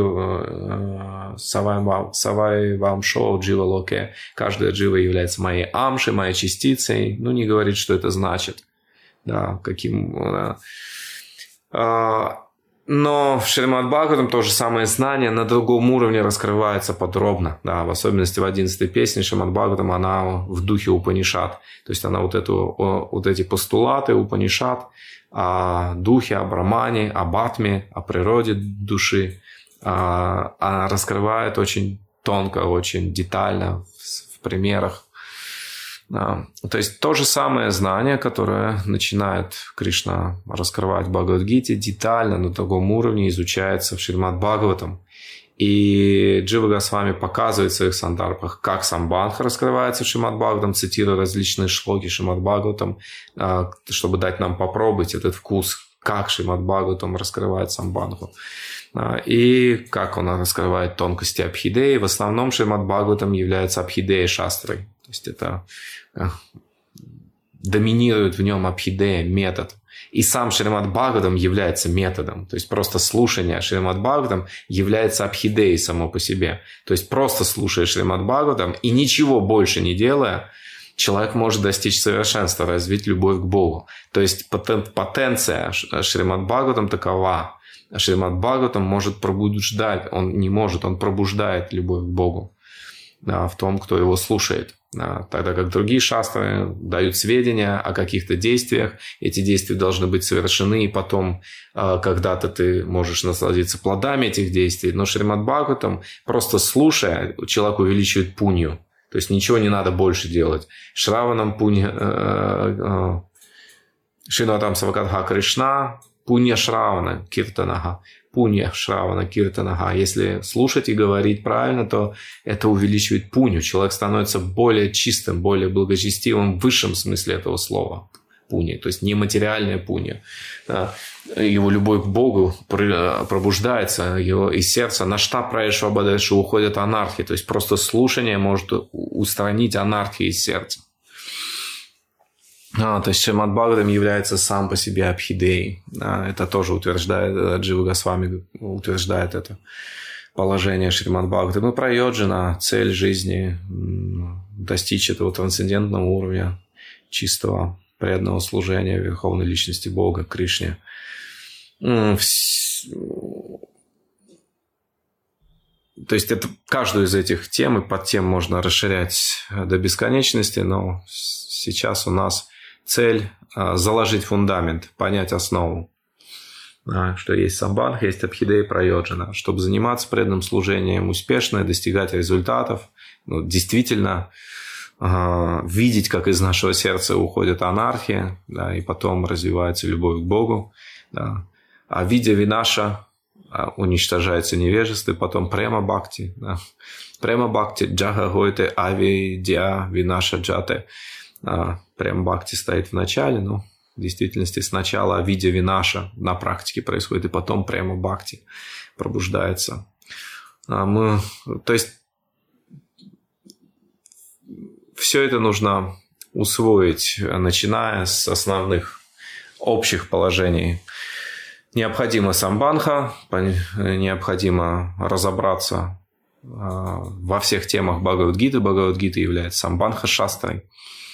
савай вам шоу джива локе. Каждая джива является моей амшей, моей частицей. Ну, не говорит, что это значит. Да, каким... Но в Шримад Бхагаватам то же самое знание на другом уровне раскрывается подробно. Да, в особенности в 11-й песне Шримад Бхагаватам, она в духе Упанишад. То есть она вот эти постулаты Упанишад о духе, о брамане, об атме, о природе души, она раскрывает очень тонко, очень детально в примерах. То есть то же самое знание, которое начинает Кришна раскрывать в Бхагавад-гите, детально на таком уровне изучается в Шримад Бхагаватам. И Джива Госвами показывает в своих сандарбхах, как Самбандха раскрывается в Шримад Бхагаватам, цитируя различные шлоки Шримад Бхагаватам, чтобы дать нам попробовать этот вкус, как Шримад Бхагаватам раскрывает Самбандху. И как он раскрывает тонкости Абхидеи. В основном Шримад Бхагаватам является Абхидея Шастрой. То есть это доминирует в нем Абхидея, метод. И сам Шримад Бхагаватам является методом. То есть просто слушание Шримад Бхагаватам является Абхидеей само по себе. То есть просто слушая Шримад Бхагаватам и ничего больше не делая, человек может достичь совершенства, развить любовь к Богу. То есть потенция Шримад Бхагаватам такова. Шримад Бхагаватам может пробуждать, он не может, он пробуждает любовь к Богу в том, кто его слушает. Тогда как другие шастры дают сведения о каких-то действиях, эти действия должны быть совершены, и потом когда-то ты можешь насладиться плодами этих действий. Но Шримад Бхагаватам, просто слушая, человек увеличивает пунью. То есть ничего не надо больше делать. Шраванам пунья, Шинатам Савакадха Кришна, пунья Шравана Киртанага. Пунья Шравана Киртанага. Если слушать и говорить правильно, то это увеличивает пунью. Человек становится более чистым, более благочестивым в высшем смысле этого слова. Пунья, то есть нематериальная пунья. Его любовь к Богу пробуждается, его из сердца нашта праешу абадешу уходят анархии. То есть просто слушание может устранить анархию из сердца. То есть Шримад Бхагаватам является сам по себе Абхидеей. Это тоже утверждает, Джива Госвами утверждает это положение Шримад Бхагаватам. И про йоджана, цель жизни, достичь этого трансцендентного уровня чистого преданного служения Верховной Личности Бога, Кришне. То есть это, каждую из этих тем и подтем можно расширять до бесконечности, но сейчас у нас цель заложить фундамент, понять основу, что есть самбанха, есть абхидея прайоджана, чтобы заниматься преданным служением успешно, достигать результатов, действительно видеть, как из нашего сердца уходит анархия, и потом развивается любовь к Богу, а видя винаша, уничтожается невежество, и потом према бхакти. Према бхакти джага гойте ави диа винаша джате. Према бхакти стоит в начале, но в действительности сначала видя винаша на практике происходит, и потом према бхакти пробуждается. То есть все это нужно усвоить, начиная с основных общих положений. Необходима самбанха, необходимо разобраться во всех темах Бхагавад-гиты. Бхагавад-гита является самбанха шастрой.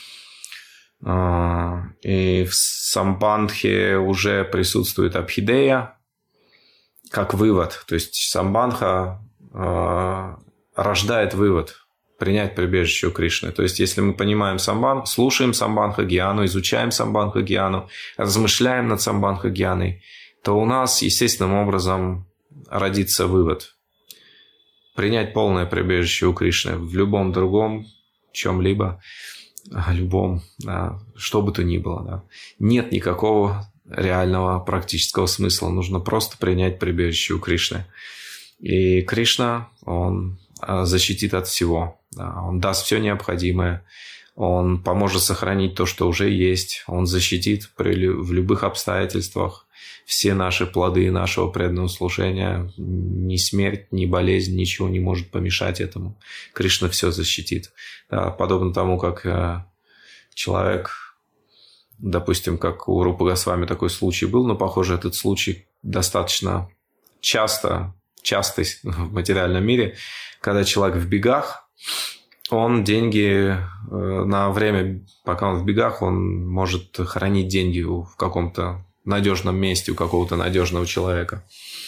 И в самбанхе уже присутствует абхидея как вывод. То есть самбанха рождает вывод. Принять прибежище у Кришны. То есть, если мы понимаем самбанху, слушаем самбанха-гьяну, изучаем самбанха-гьяну, размышляем над самбанха-гьяной, то у нас естественным образом родится вывод. Принять полное прибежище у Кришны в любом другом, чем-либо, любом, что бы то ни было. Да. Нет никакого реального практического смысла. Нужно просто принять прибежище у Кришны. И Кришна, Он защитит от всего. Он даст все необходимое. Он поможет сохранить то, что уже есть. Он защитит в любых обстоятельствах все наши плоды нашего преданного служения. Ни смерть, ни болезнь, ничего не может помешать этому. Кришна все защитит. Подобно тому, как человек, допустим, как у Рупы Госвами такой случай был, но, похоже, этот случай достаточно частый в материальном мире, когда человек в бегах, он деньги на время, пока он в бегах, он может хранить деньги в каком-то надежном месте у какого-то надежного человека.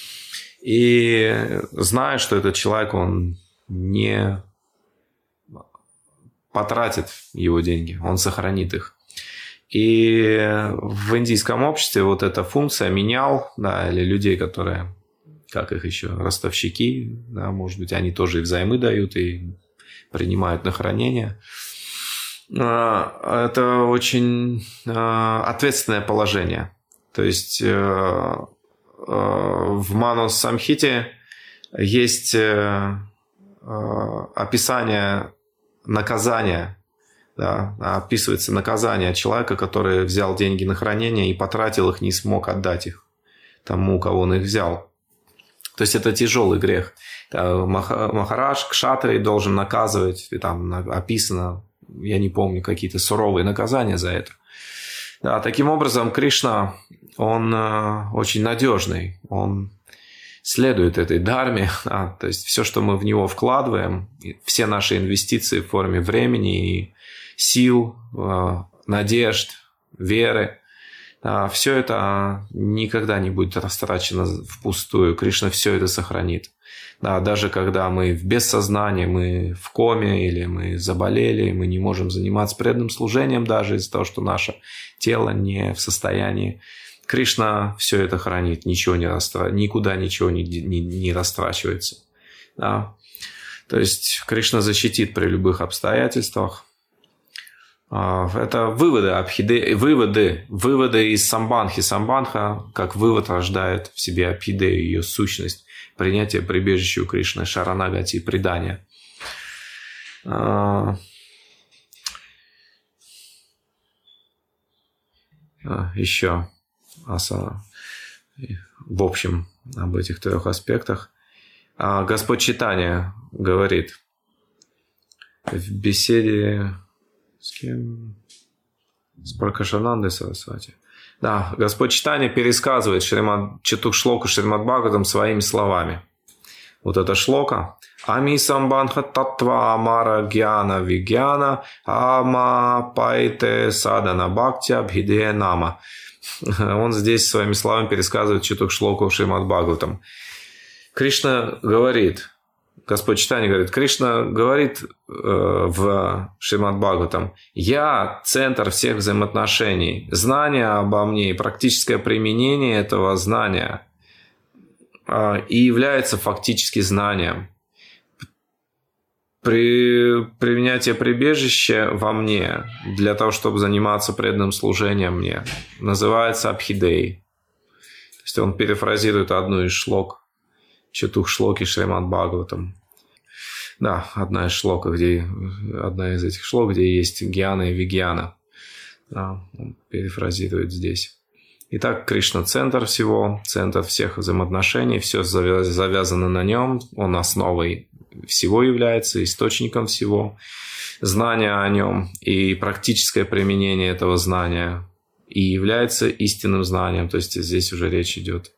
И зная, что этот человек, он не потратит его деньги, он сохранит их. И в индийском обществе вот эта функция менял, или людей, которые, как их еще, ростовщики, может быть, они тоже и взаймы дают, и принимают на хранение. Это очень ответственное положение. То есть в Манус Самхите есть описание наказания, описывается наказание человека, который взял деньги на хранение и потратил их, не смог отдать их тому, у кого он их взял. То есть это тяжелый грех. Махарадж, кшатрий должен наказывать, и там описано, я не помню, какие-то суровые наказания за это. Да, таким образом, Кришна, он очень надежный, он следует этой дхарме, то есть все, что мы в него вкладываем, все наши инвестиции в форме времени и сил, надежд, веры, все это никогда не будет растрачено впустую. Кришна все это сохранит. Да, даже когда мы в бессознании, мы в коме или мы заболели, мы не можем заниматься преданным служением даже из-за того, что наше тело не в состоянии. Кришна все это хранит, ничего не никуда ничего не растрачивается. Да. То есть Кришна защитит при любых обстоятельствах. Это выводы из самбанхи. Самбанха как вывод рождает в себе абхидею, ее сущность, принятие прибежища у Кришны, шаранагати, предание. Еще в общем об этих трех аспектах. Господь Чайтанья говорит в беседе с кем? С Пракашанандой Сарасвати. Да, Господь Чайтанья пересказывает Четух-шлоку Шримад Бхагаватам своими словами. Вот эта шлока. Ами самбанха татва амара гьяна вигьяна ама пайте садана бхактя бхидея нама. Он здесь своими словами пересказывает Четух-шлоку Шримад Бхагаватам. Кришна говорит, Господь Чайтанья говорит, Кришна говорит в Шримад Бхагаватам: «Я – центр всех взаимоотношений. Знание обо мне и практическое применение этого знания и является фактически знанием. Принятие прибежища во мне для того, чтобы заниматься преданным служением мне, называется абхидей». То есть он перефразирует одну из шлок Четух-шлоки Шримад Бхагаватам. Да, одна из этих шлок, где есть гьяна и вигьяна. Да, он перефразирует здесь. Итак, Кришна – центр всего, центр всех взаимоотношений, все завязано на нем, он основой всего является, источником всего, знание о нем и практическое применение этого знания и является истинным знанием. То есть здесь уже речь идет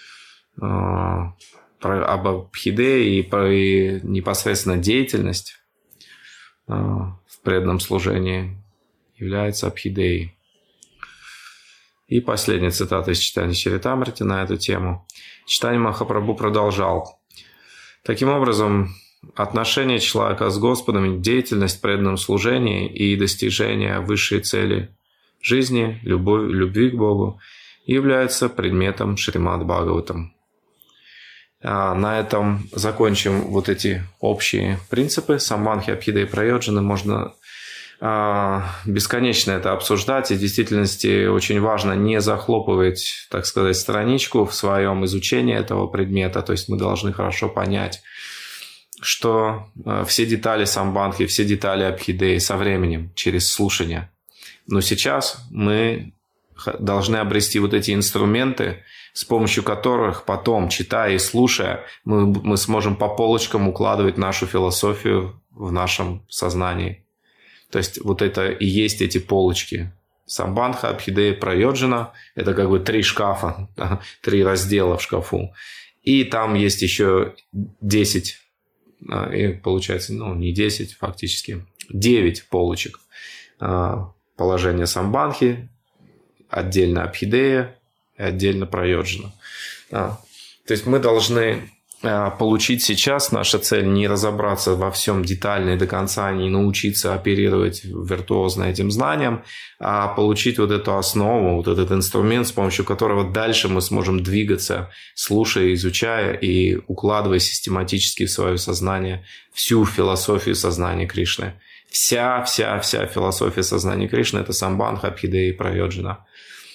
об абхидее и про непосредственно деятельность в преданном служении является абхидеей. И последняя цитата из Чайтанья Чаритамрити на эту тему. Чайтанья Махапрабху продолжал. Таким образом, отношение человека с Господом, деятельность в преданном служении и достижение высшей цели жизни, любви к Богу, является предметом Шримад Бхагаватам. На этом закончим вот эти общие принципы. Самбанхи, абхидеи, прайоджаны. Можно бесконечно это обсуждать. И в действительности очень важно не захлопывать, так сказать, страничку в своем изучении этого предмета. То есть мы должны хорошо понять, что все детали самбанхи, все детали абхидеи со временем, через слушание. Но сейчас мы должны обрести вот эти инструменты, с помощью которых потом, читая и слушая, мы сможем по полочкам укладывать нашу философию в нашем сознании. То есть вот это и есть эти полочки. Самбанха, абхидея, прайоджана – это как бы 3 шкафа, 3 раздела в шкафу. И там есть еще 10, и получается, не 10 фактически, 9 полочек. Положение самбанхи, отдельно абхидея, и отдельно прайоджана. То есть мы должны получить сейчас, наша цель не разобраться во всем детально и до конца, не научиться оперировать виртуозно этим знанием, а получить вот эту основу, вот этот инструмент, с помощью которого дальше мы сможем двигаться, слушая, изучая и укладывая систематически в свое сознание всю философию сознания Кришны. Вся философия сознания Кришны – это самбанха, абхидея и прайоджана.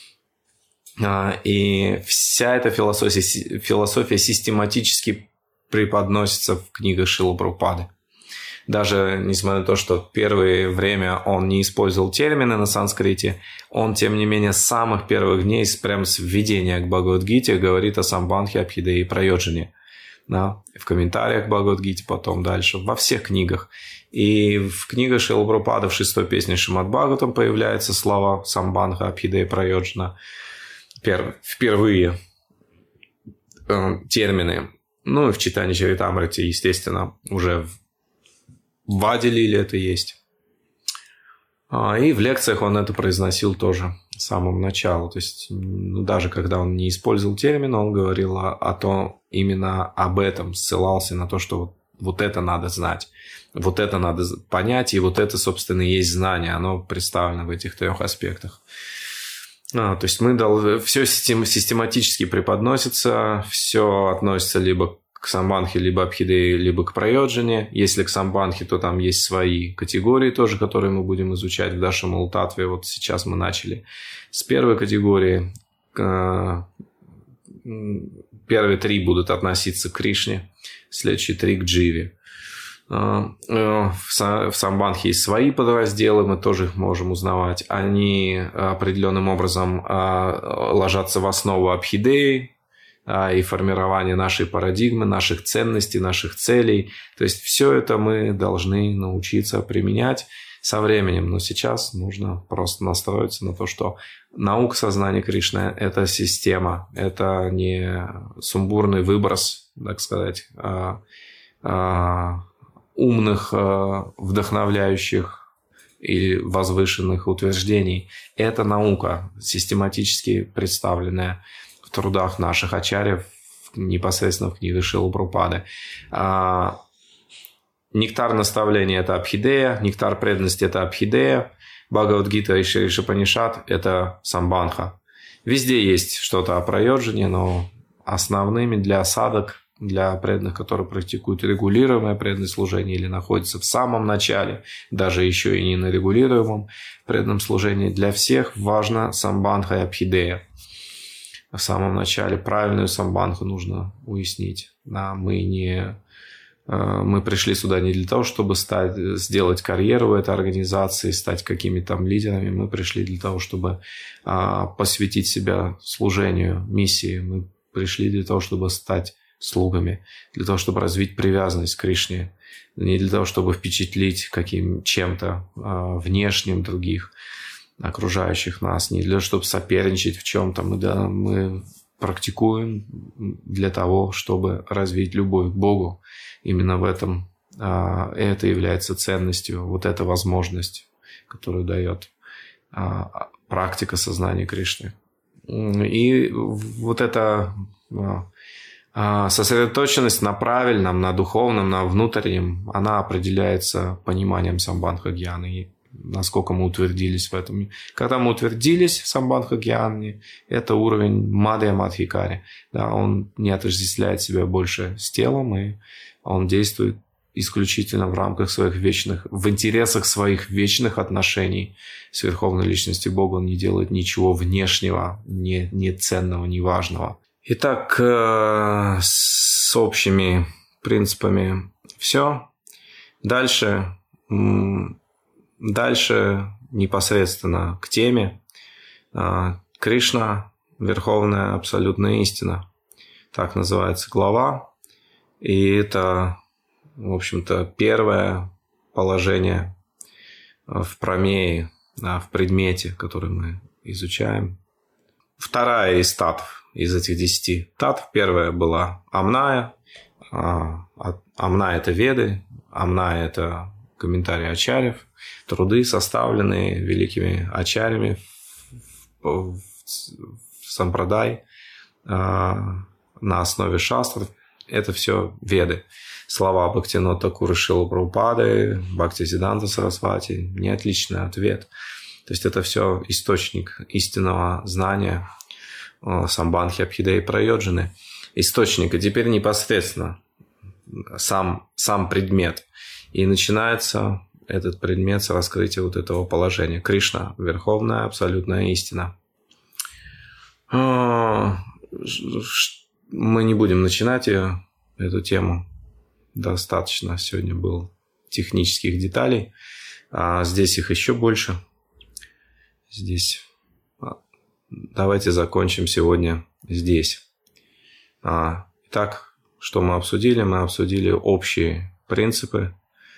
И вся эта философия систематически преподносится в книгах Шрилы Прабхупады. Даже несмотря на то, что первое время он не использовал термины на санскрите, он, тем не менее, с самых первых дней, прямо с введения к Бхагавад-гите, говорит о самбанхе, абхидее и прайоджане. да, в комментариях к Бхагавад-гите, потом дальше, во всех книгах. И в книге Шрилы Прабхупады в 6-й песне Шримад Бхагаватам появляются слова Самбандха, Абхидея, Прайоджана. Впервые термины. Ну и в читании Чаритамрити, естественно, уже в Ади-лиле это есть. И в лекциях он это произносил тоже с самого начала. То есть, даже когда он не использовал термин, он говорил о том, именно об этом, ссылался на то, что вот это надо знать, вот это надо понять, и вот это, собственно, и есть знание. Оно представлено в этих 3 аспектах. То есть, все систематически преподносится, все относится либо к самбандхе, либо абхидее, либо к прайоджане. Если к самбандхе, то там есть свои категории тоже, которые мы будем изучать в Дашамултатве. Вот сейчас мы начали с первой категории. Первые 3 будут относиться к Кришне, следующие 3 к Дживе. В самбандхе есть свои подразделы, мы тоже их можем узнавать. Они определенным образом ложатся в основу абхидеи и формирования нашей парадигмы, наших ценностей, наших целей. То есть все это мы должны научиться применять со временем. Но сейчас нужно просто настроиться на то, что наука сознания Кришны – это система, это не сумбурный выброс, так сказать, умных, вдохновляющих или возвышенных утверждений. Это наука, систематически представленная в трудах наших ачарьев, непосредственно в книгах Шрилы Прабхупады. Нектар наставления – это абхидея, нектар преданности – это абхидея, Бхагавад-гита и Шри Шапанишат – это самбандха. Везде есть что-то о прайоджане, но основными для садок, для преданных, которые практикуют регулируемое преданное служение или находятся в самом начале, даже еще и не на регулируемом преданном служении, для всех важно самбандха и абхидея. В самом начале правильную самбандху нужно уяснить. Да, мы пришли сюда не для того, чтобы сделать карьеру в этой организации, стать какими-то там лидерами. Мы пришли для того, чтобы посвятить себя служению, миссии. Мы пришли для того, чтобы стать слугами, для того, чтобы развить привязанность к Кришне, не для того, чтобы впечатлить чем-то внешним других окружающих нас, не для того, чтобы соперничать в чем-то. Мы практикуем для того, чтобы развить любовь к Богу. Именно в этом это является ценностью, вот эта возможность, которую дает практика сознания Кришны. И вот эта сосредоточенность на правильном, на духовном, на внутреннем, она определяется пониманием самбандха-гьяны и насколько мы утвердились в этом. Когда мы утвердились в самбандха-гьяне, это уровень мадхья мадхикари. Да, он не отождествляет себя больше с телом, и он действует исключительно в рамках своих в интересах своих вечных отношений с Верховной Личностью Бога. Он не делает ничего внешнего, не ценного, не важного. Итак, с общими принципами все. Дальше непосредственно к теме. Кришна – Верховная Абсолютная Истина. Так называется глава. И это, в общем-то, первое положение в прамее, в предмете, который мы изучаем. Вторая из татв, из этих 10 татв. Первая была Амная. Амная – это Веды. Амная – это комментарии ачарьев, труды, составленные великими ачарьями в сампрадай на основе шастров. Это все Веды. Слова Бхактивинода Тхакура, Шрилы Прабхупады, Бхактисиддханта Сарасвати не отличны от Вед. То есть это все источник истинного знания самбандхи, абхидеи, прайоджаны. Источник, и теперь непосредственно сам предмет. И начинается этот предмет с раскрытия вот этого положения. Кришна – Верховная Абсолютная Истина. Мы не будем начинать эту тему. Достаточно сегодня было технических деталей. А здесь их еще больше. Здесь. Давайте закончим сегодня здесь. Итак, Что мы обсудили? Мы обсудили общие принципы,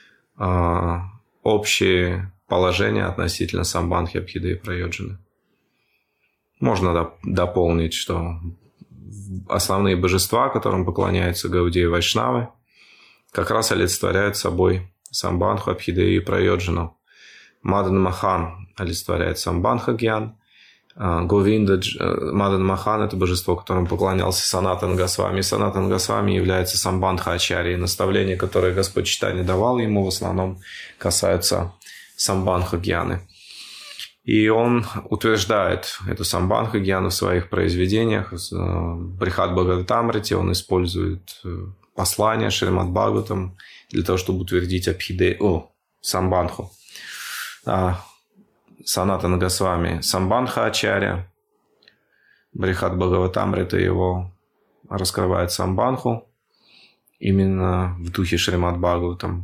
общие положения относительно самбандхи, абхиды и прайоджаны. Можно дополнить, что основные божества, которым поклоняются гаудии и вайшнавы, как раз олицетворяют собой самбандху, абхиды и прайоджану. Мадан Махан олицетворяет самбандха гьян. Говинда, Мадан Махан – это божество, которому поклонялся Санатан Госвами. Санатан Госвами является самбандха ачарьей. Наставления, которые Господь Чайтанья давал ему, в основном касаются самбандха гьяны. И он утверждает эту самбандха гьяну в своих произведениях. В Брихад Бхагаватамрите он использует послание Шримад Бхагаватам для того, чтобы утвердить самбандху. Санатана Госвами самбандха ачарья. Брихад Бхагаватамрита его раскрывает самбандху именно в духе Шримад Бхагаватам.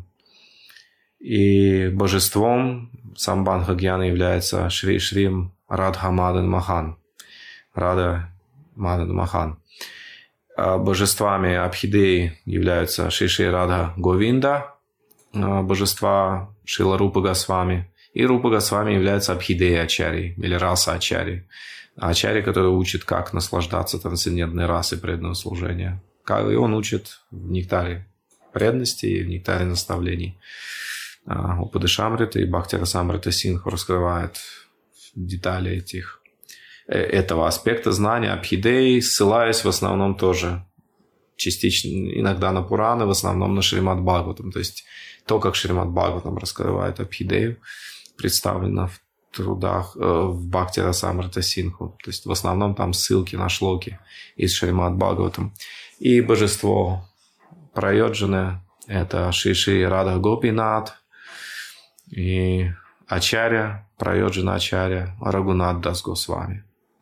И божеством самбандха гьяна является Шри Шрим Радха Мадан Махан. Рада Мадан Махан. Божествами абхидеи являются Шри Шри Радха Говинда, божества Шрила Рупа Госвами. И Рупа Госвами является абхидеей ачарьей или раса ачарьей. Ачарья, который учит, как наслаждаться трансцендентной расой преданного служения. И он учит в нектаре преданности и в нектаре наставлений. Упадышамрита и Бхакти-расамрита Синху раскрывают детали этого аспекта знания абхидеи, ссылаясь в основном тоже частично, иногда на Пураны, в основном на Шримад Бхагаватам. То есть то, как Шримад Бхагаватам раскрывает абхидею, представлено в трудах в Бхакти-расамрита Синху. То есть в основном там ссылки на шлоки из Шримад Бхагаватам. И божество прайоджаны – это Шри Шри Радха Гопинат и ачарья, прайоджана ачарья Рагунат Дас Госвами.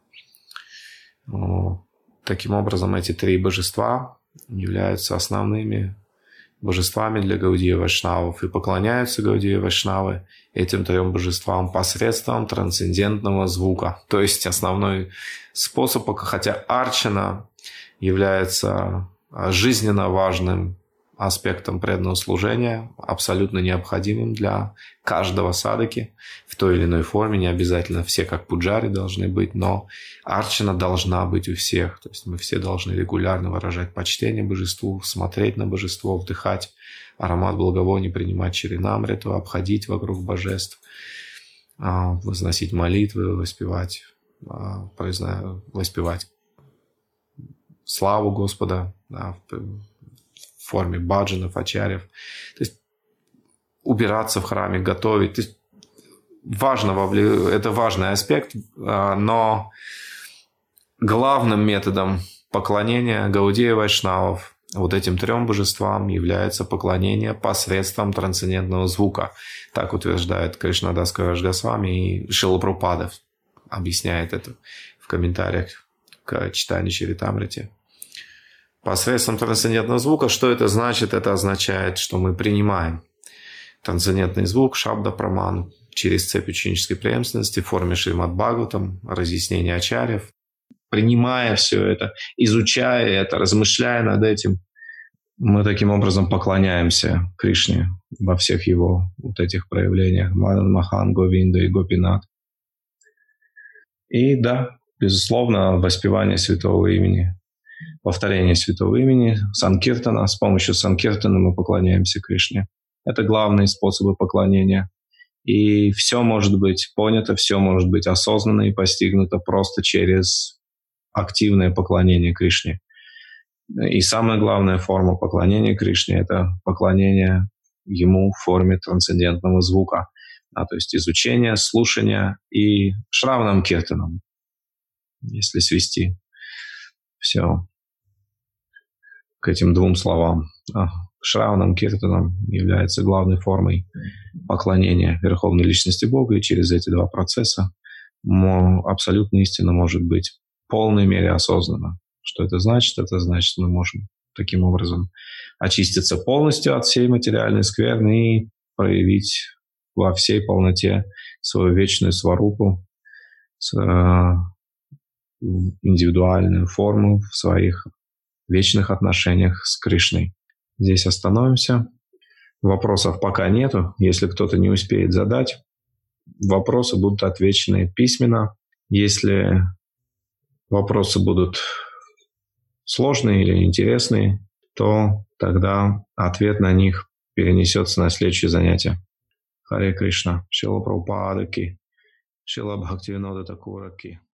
Таким образом, эти три божества являются основными божествами для гаудия вайшнавов и поклоняются гаудия вайшнавы этим трем божествам посредством трансцендентного звука. То есть основной способ, хотя арчана является жизненно важным аспектом преданного служения, абсолютно необходимым для каждого садаки в той или иной форме. Не обязательно все как пуджари должны быть, но арчана должна быть у всех. То есть мы все должны регулярно выражать почтение божеству, смотреть на божество, вдыхать аромат благовоний, принимать чаринамриту, обходить вокруг божеств, возносить молитвы, воспевать славу Господа, в форме баджанов, ачарьев. То есть убираться в храме, готовить. То есть это важный аспект, но главным методом поклонения гаудия вайшнавов вот этим трем божествам является поклонение посредством трансцендентного звука. Так утверждает Кришнадас Кавираж Госвами, и Шрила Прабхупада объясняет это в комментариях к читанию Чаритамрити. Посредством трансцендентного звука, что это значит? Это означает, что мы принимаем трансцендентный звук, шабда праман, через цепь ученической преемственности в форме Шримад Бхагаватам, разъяснения ачарьев. Принимая все это, изучая это, размышляя над этим, мы таким образом поклоняемся Кришне во всех его вот этих проявлениях. Мадан Махан, Говинда и Гопинат. И да, безусловно, воспевание святого имени, повторение святого имени, санкиртана. С помощью санкиртана мы поклоняемся Кришне. Это главные способы поклонения. И все может быть понято, все может быть осознанно и постигнуто просто через активное поклонение Кришне. И самая главная форма поклонения Кришне – это поклонение Ему в форме трансцендентного звука. То есть изучение, слушание и шраванам киртанам, если свести все к этим двум словам. Шраванам киртанам является главной формой поклонения Верховной Личности Бога, и через эти два процесса абсолютная истина может быть в полной мере осознанна. Что это значит? Это значит, мы можем таким образом очиститься полностью от всей материальной скверны и проявить во всей полноте свою вечную сварупу, индивидуальную форму в своих вечных отношениях с Кришной. Здесь остановимся. Вопросов пока нету. Если кто-то не успеет задать, вопросы будут отвечены письменно. Если вопросы будут сложные или интересные, то тогда ответ на них перенесется на следующее занятие. Харе Кришна. Шрила Прабхупада ки. Шрила Бхактивинода Такура ки.